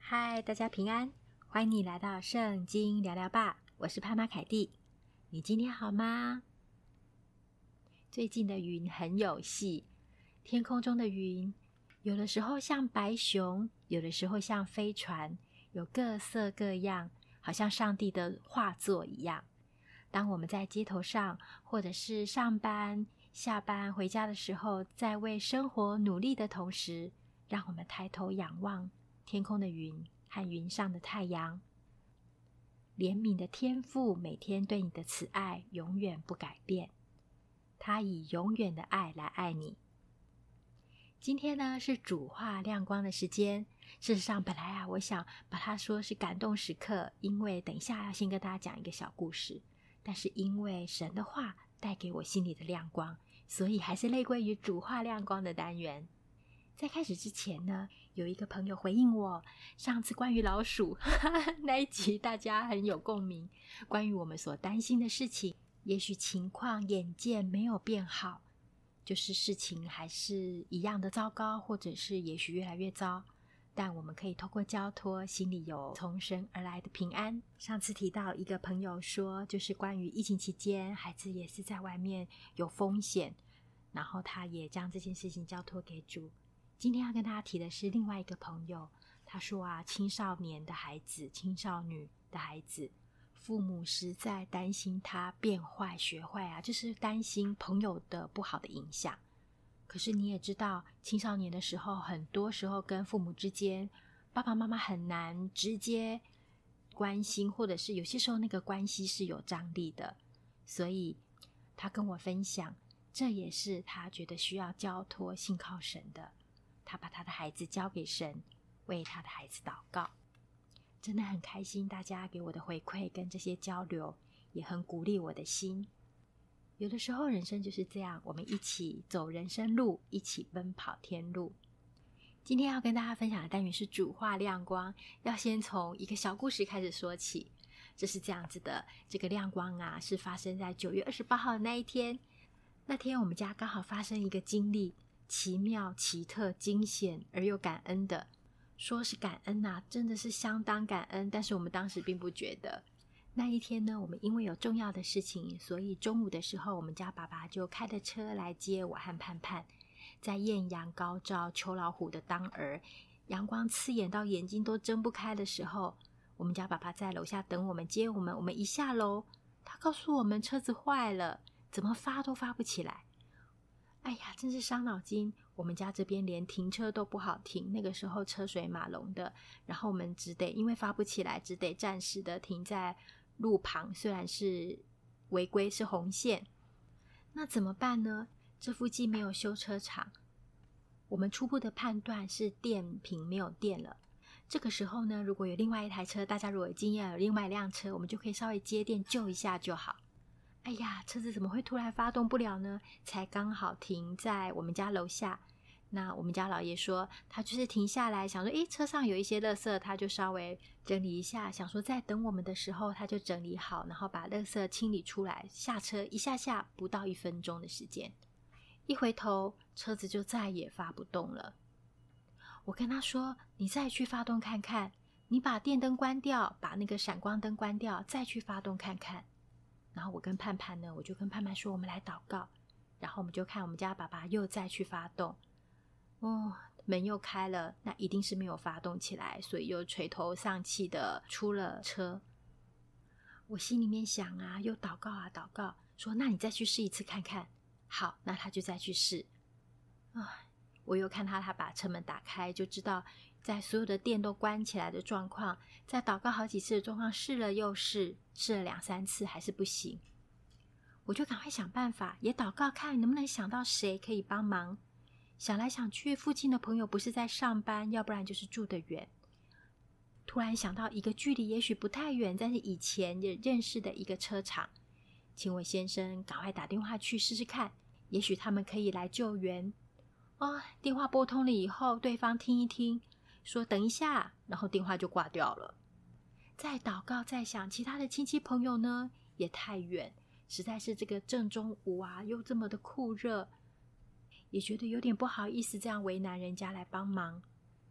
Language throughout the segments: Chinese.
嗨，大家平安，欢迎你来到圣经聊聊吧，我是潘妈凯蒂。你今天好吗？最近的云很有戏，天空中的云有的时候像白熊，有的时候像飞船，有各色各样，好像上帝的画作一样。当我们在街头上，或者是上班、下班、回家的时候，在为生活努力的同时，让我们抬头仰望天空的云和云上的太阳。怜悯的天父每天对你的慈爱永远不改变，他以永远的爱来爱你。今天呢是主话亮光的时间，事实上本来我想把它说是感动时刻，因为等一下要先跟大家讲一个小故事，但是因为神的话带给我心里的亮光，所以还是类归于主话亮光的单元。在开始之前呢，有一个朋友回应我上次关于老鼠那一集，大家很有共鸣，关于我们所担心的事情，也许情况眼见没有变好，就是事情还是一样的糟糕，或者是也许越来越糟，但我们可以透过交托，心里有从神而来的平安。上次提到一个朋友说，就是关于疫情期间孩子也是在外面有风险，然后他也将这件事情交托给主。今天要跟大家提的是另外一个朋友，他说青少年的孩子、青少女的孩子，父母实在担心他变坏学坏就是担心朋友的不好的影响。可是你也知道，青少年的时候，很多时候跟父母之间，爸爸妈妈很难直接关心，或者是有些时候那个关系是有张力的，所以他跟我分享，这也是他觉得需要交托信靠神的。他把他的孩子交给神，为他的孩子祷告。真的很开心，大家给我的回馈跟这些交流也很鼓励我的心。有的时候人生就是这样，我们一起走人生路，一起奔跑天路。今天要跟大家分享的单元是主话亮光，要先从一个小故事开始说起。这是这样子的，这个亮光是发生在9月28号的那一天。那天我们家刚好发生一个经历，奇妙、奇特、惊险而又感恩的。说是感恩真的是相当感恩，但是我们当时并不觉得。那一天呢，我们因为有重要的事情，所以中午的时候，我们家爸爸就开着车来接我和盼盼。在艳阳高照、秋老虎的当儿，阳光刺眼到眼睛都睁不开的时候，我们家爸爸在楼下等我们接我们。我们一下楼，他告诉我们车子坏了，怎么发都发不起来。哎呀，真是伤脑筋。我们家这边连停车都不好停，那个时候车水马龙的，然后我们只得因为发不起来，只得暂时的停在路旁，虽然是违规，是红线。那怎么办呢？这附近没有修车厂，我们初步的判断是电瓶没有电了。这个时候呢，如果有另外一台车，大家如果有经验，有另外一辆车，我们就可以稍微接电救一下就好。哎呀，车子怎么会突然发动不了呢？才刚好停在我们家楼下。那我们家老爷说，他就是停下来想说，车上有一些垃圾，他就稍微整理一下，想说在等我们的时候他就整理好，然后把垃圾清理出来，下车一下不到1分钟的时间，一回头车子就再也发不动了。我跟他说，你再去发动看看，你把电灯关掉，把那个闪光灯关掉，再去发动看看。然后我跟盼盼呢，我就跟盼盼说，我们来祷告。然后我们就看我们家爸爸又再去发动，门又开了，那一定是没有发动起来，所以又垂头丧气的出了车。我心里面想又祷告，说那你再去试一次看看。好，那他就再去试。我又看他把车门打开，就知道在所有的电都关起来的状况，在祷告好几次的状况，试了又试，试了2-3次还是不行。我就赶快想办法，也祷告看能不能想到谁可以帮忙。想来想去，附近的朋友不是在上班，要不然就是住得远。突然想到一个距离也许不太远，但是以前也认识的一个车厂，请我先生赶快打电话去试试看，也许他们可以来救援。电话拨通了以后，对方听一听，说等一下，然后电话就挂掉了。再祷告再想，其他的亲戚朋友呢也太远，实在是这个正中午又这么的酷热，也觉得有点不好意思这样为难人家来帮忙。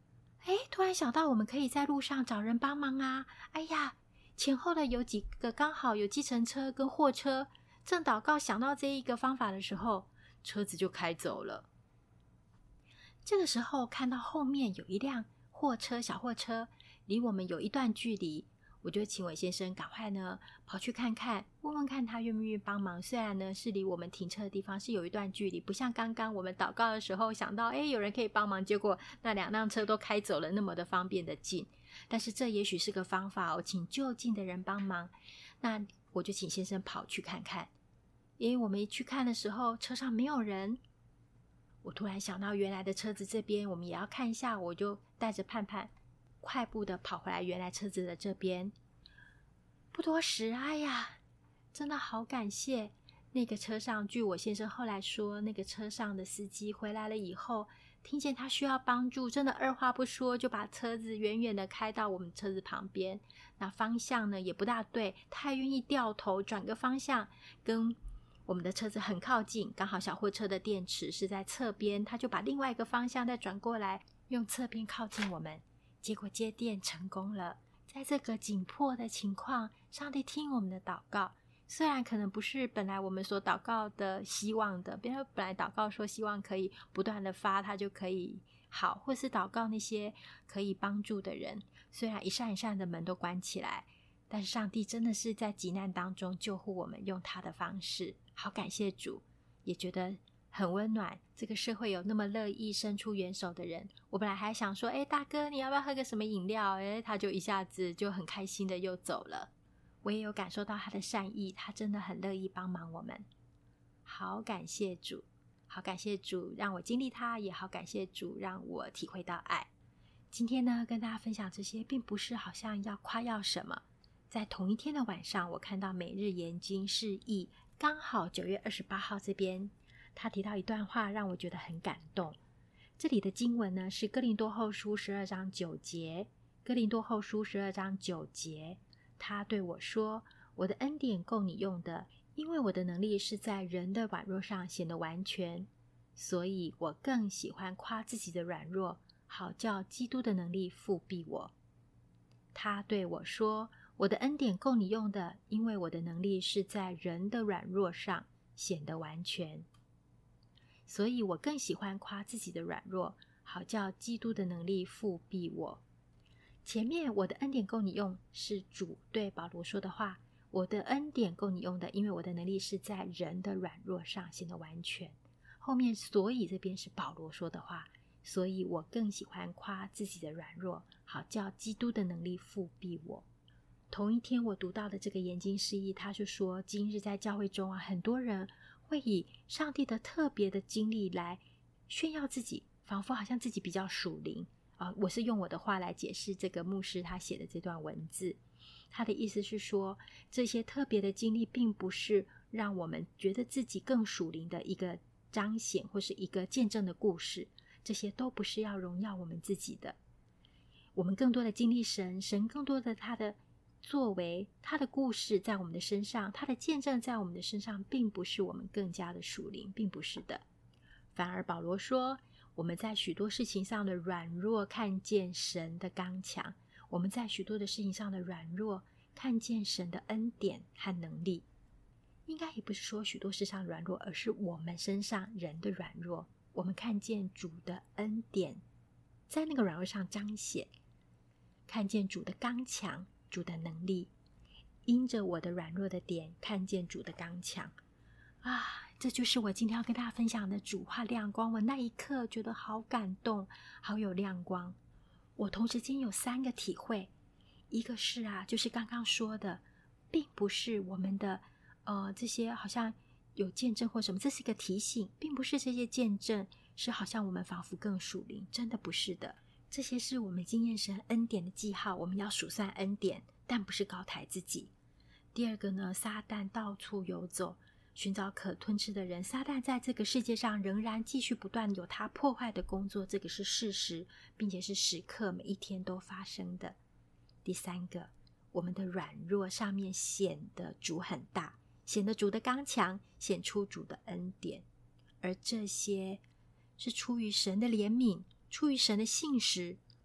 突然想到我们可以在路上找人帮忙啊！哎呀，前后的有几个刚好有计程车跟货车，正祷告想到这一个方法的时候，车子就开走了。这个时候看到后面有一辆小货车离我们有一段距离，我就请伟先生赶快呢跑去看看，问问看他愿不愿意帮忙。虽然呢是离我们停车的地方是有一段距离，不像刚刚我们祷告的时候想到有人可以帮忙，结果那2辆车都开走了，那么的方便的近。但是这也许是个方法，请就近的人帮忙。那我就请先生跑去看看。因为我们一去看的时候车上没有人，我突然想到原来的车子这边我们也要看一下，我就带着盼盼快步的跑回来原来车子的这边。不多时，哎呀，真的好感谢那个车上，据我先生后来说，那个车上的司机回来了以后，听见他需要帮助，真的二话不说就把车子远远的开到我们车子旁边。那方向呢也不大对，他还愿意掉头转个方向，跟我们的车子很靠近，刚好小货车的电池是在侧边，他就把另外一个方向再转过来，用侧边靠近我们，结果接电成功了。在这个紧迫的情况，上帝听我们的祷告，虽然可能不是本来我们所祷告的希望的，比如本来祷告说希望可以不断的发，他就可以好，或是祷告那些可以帮助的人，虽然一扇一扇的门都关起来，但是上帝真的是在急难当中救护我们，用他的方式。好感谢主，也觉得很温暖，这个社会有那么乐意伸出援手的人。我本来还想说大哥你要不要喝个什么饮料，他就一下子就很开心的又走了。我也有感受到他的善意，他真的很乐意帮忙我们。好感谢主，好感谢主让我经历他，也好感谢主让我体会到爱。今天呢跟大家分享这些并不是好像要夸耀什么。在同一天的晚上，我看到每日研经释义，刚好9月28号这边他提到一段话让我觉得很感动。这里的经文呢是哥林多后书12章9节，哥林多后书12章9节，他对我说，我的恩典够你用的，因为我的能力是在人的软弱上显得完全，所以我更喜欢夸自己的软弱，好叫基督的能力复庇我。他对我说，我的恩典够你用的，因为我的能力是在人的软弱上显得完全，所以我更喜欢夸自己的软弱，好叫基督的能力复庇我。前面我的恩典够你用是主对保罗说的话，我的恩典够你用的，因为我的能力是在人的软弱上显得完全。后面所以这边是保罗说的话，所以我更喜欢夸自己的软弱，好叫基督的能力复庇我。同一天我读到的这个研经释义，他就说今日在教会中很多人会以上帝的特别的经历来炫耀自己，仿佛好像自己比较属灵。我是用我的话来解释这个牧师他写的这段文字。他的意思是说，这些特别的经历并不是让我们觉得自己更属灵的一个彰显，或是一个见证的故事，这些都不是要荣耀我们自己的。我们更多的经历神更多的他的作为，他的故事在我们的身上，他的见证在我们的身上，并不是我们更加的属灵，并不是的。反而保罗说，我们在许多事情上的软弱看见神的刚强，我们在许多的事情上的软弱看见神的恩典和能力。应该也不是说许多事上软弱，而是我们身上人的软弱，我们看见主的恩典在那个软弱上彰显，看见主的刚强，主的能力，因着我的软弱的点看见主的刚强这就是我今天要跟大家分享的主化亮光。我那一刻觉得好感动，好有亮光。我同时间有3个体会，一个是就是刚刚说的，并不是我们的这些好像有见证或什么，这是一个提醒，并不是这些见证是好像我们仿佛更属灵，真的不是的。这些是我们经验神恩典的记号，我们要数算恩典，但不是高抬自己。第二个呢，撒旦到处游走，寻找可吞吃的人。撒旦在这个世界上仍然继续不断有他破坏的工作，这个是事实，并且是时刻每一天都发生的。第3个，我们的软弱上面显得主很大，显得主的刚强，显出主的恩典，而这些是出于神的怜悯，出于神的信实，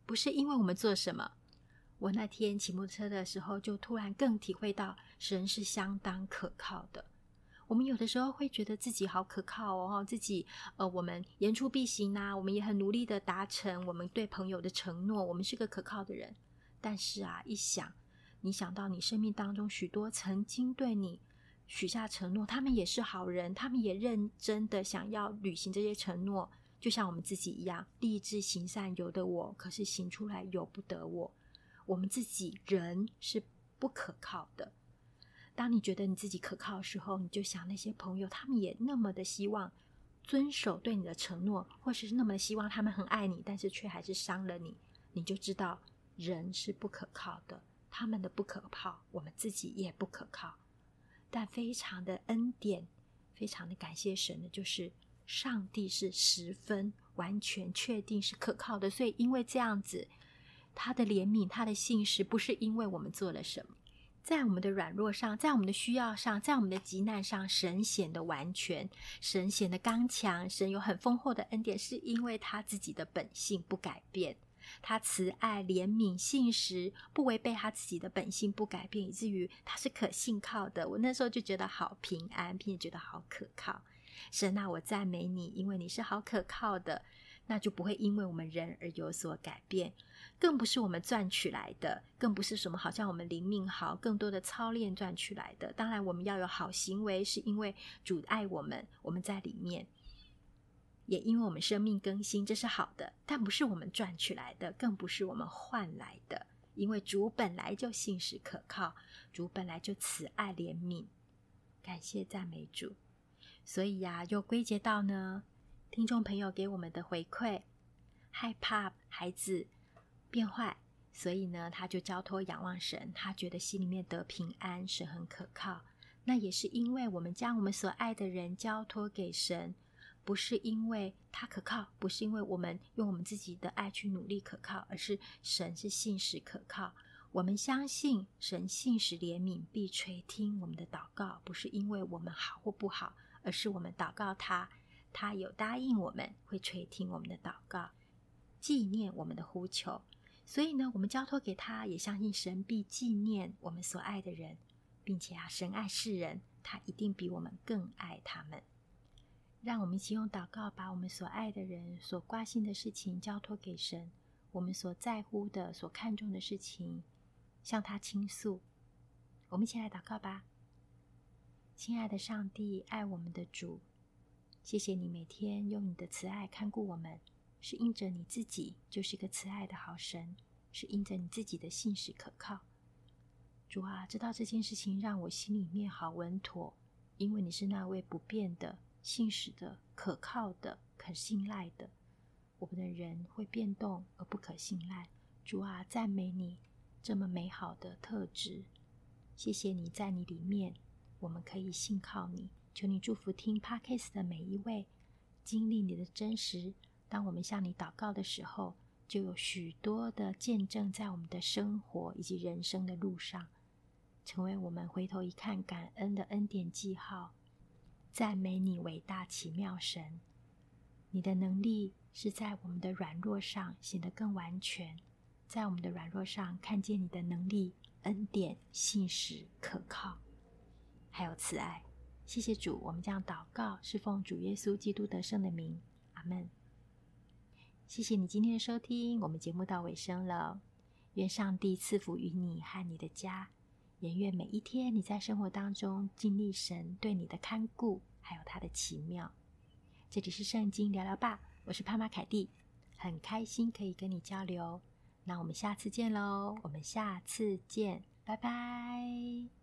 不是因为我们做什么。我那天骑摩托车的时候，就突然更体会到神是相当可靠的。我们有的时候会觉得自己好可靠哦，自己我们言出必行啊，我们也很努力的达成我们对朋友的承诺，我们是个可靠的人。但是啊，你想到你生命当中许多曾经对你许下承诺，他们也是好人，他们也认真的想要履行这些承诺，就像我们自己一样，立志行善由得我，可是行出来由不得我。我们自己人是不可靠的。当你觉得你自己可靠的时候，你就想那些朋友，他们也那么的希望遵守对你的承诺，或是那么希望他们很爱你，但是却还是伤了你，你就知道人是不可靠的，他们的不可靠，我们自己也不可靠。但非常的恩典，非常的感谢神的，就是上帝是十分完全确定是可靠的，所以因为这样子，他的怜悯，他的信实，不是因为我们做了什么，在我们的软弱上，在我们的需要上，在我们的急难上，神显得完全，神显得刚强，神有很丰厚的恩典，是因为他自己的本性不改变，他慈爱怜悯信实，不违背他自己的本性不改变，以至于他是可信靠的。我那时候就觉得好平安，并且觉得好可靠。神啊，我赞美你，因为你是好可靠的，那就不会因为我们人而有所改变，更不是我们赚取来的，更不是什么好像我们灵命好，更多的操练赚取来的。当然我们要有好行为，是因为主爱我们，我们在里面，也因为我们生命更新，这是好的，但不是我们赚取来的，更不是我们换来的，因为主本来就信实可靠，主本来就慈爱怜悯。感谢赞美主。所以啊，又归结到呢，听众朋友给我们的回馈，害怕孩子变坏，所以呢，他就交托仰望神，他觉得心里面得平安，神很可靠。那也是因为我们将我们所爱的人交托给神，不是因为他可靠，不是因为我们用我们自己的爱去努力可靠，而是神是信实可靠。我们相信神信实怜悯，必垂听我们的祷告，不是因为我们好或不好，而是我们祷告他，他有答应我们会垂听我们的祷告，纪念我们的呼求。所以呢，我们交托给他，也相信神必纪念我们所爱的人，并且神爱世人，他一定比我们更爱他们。让我们一起用祷告，把我们所爱的人所挂心的事情交托给神，我们所在乎的所看重的事情向他倾诉。我们一起来祷告吧。亲爱的上帝，爱我们的主，谢谢你每天用你的慈爱看顾我们，是因着你自己就是个慈爱的好神，是因着你自己的信实可靠。主啊，知道这件事情让我心里面好稳妥，因为你是那位不变的、信实的、可靠的、可信赖的。我们的人会变动而不可信赖，主啊，赞美你这么美好的特质，谢谢你在你里面我们可以信靠你。求你祝福听 Podcast 的每一位，经历你的真实，当我们向你祷告的时候，就有许多的见证在我们的生活以及人生的路上，成为我们回头一看感恩的恩典记号。赞美你伟大奇妙神，你的能力是在我们的软弱上显得更完全，在我们的软弱上看见你的能力、恩典、信实、可靠，还有慈爱。谢谢主，我们这样祷告是奉主耶稣基督得胜的名，阿们。谢谢你今天的收听，我们节目到尾声了。愿上帝赐福于你和你的家，也愿每一天你在生活当中经历神对你的看顾，还有他的奇妙。这里是圣经聊聊吧，我是潘妈凯蒂，很开心可以跟你交流。那我们下次见咯，我们下次见，拜拜。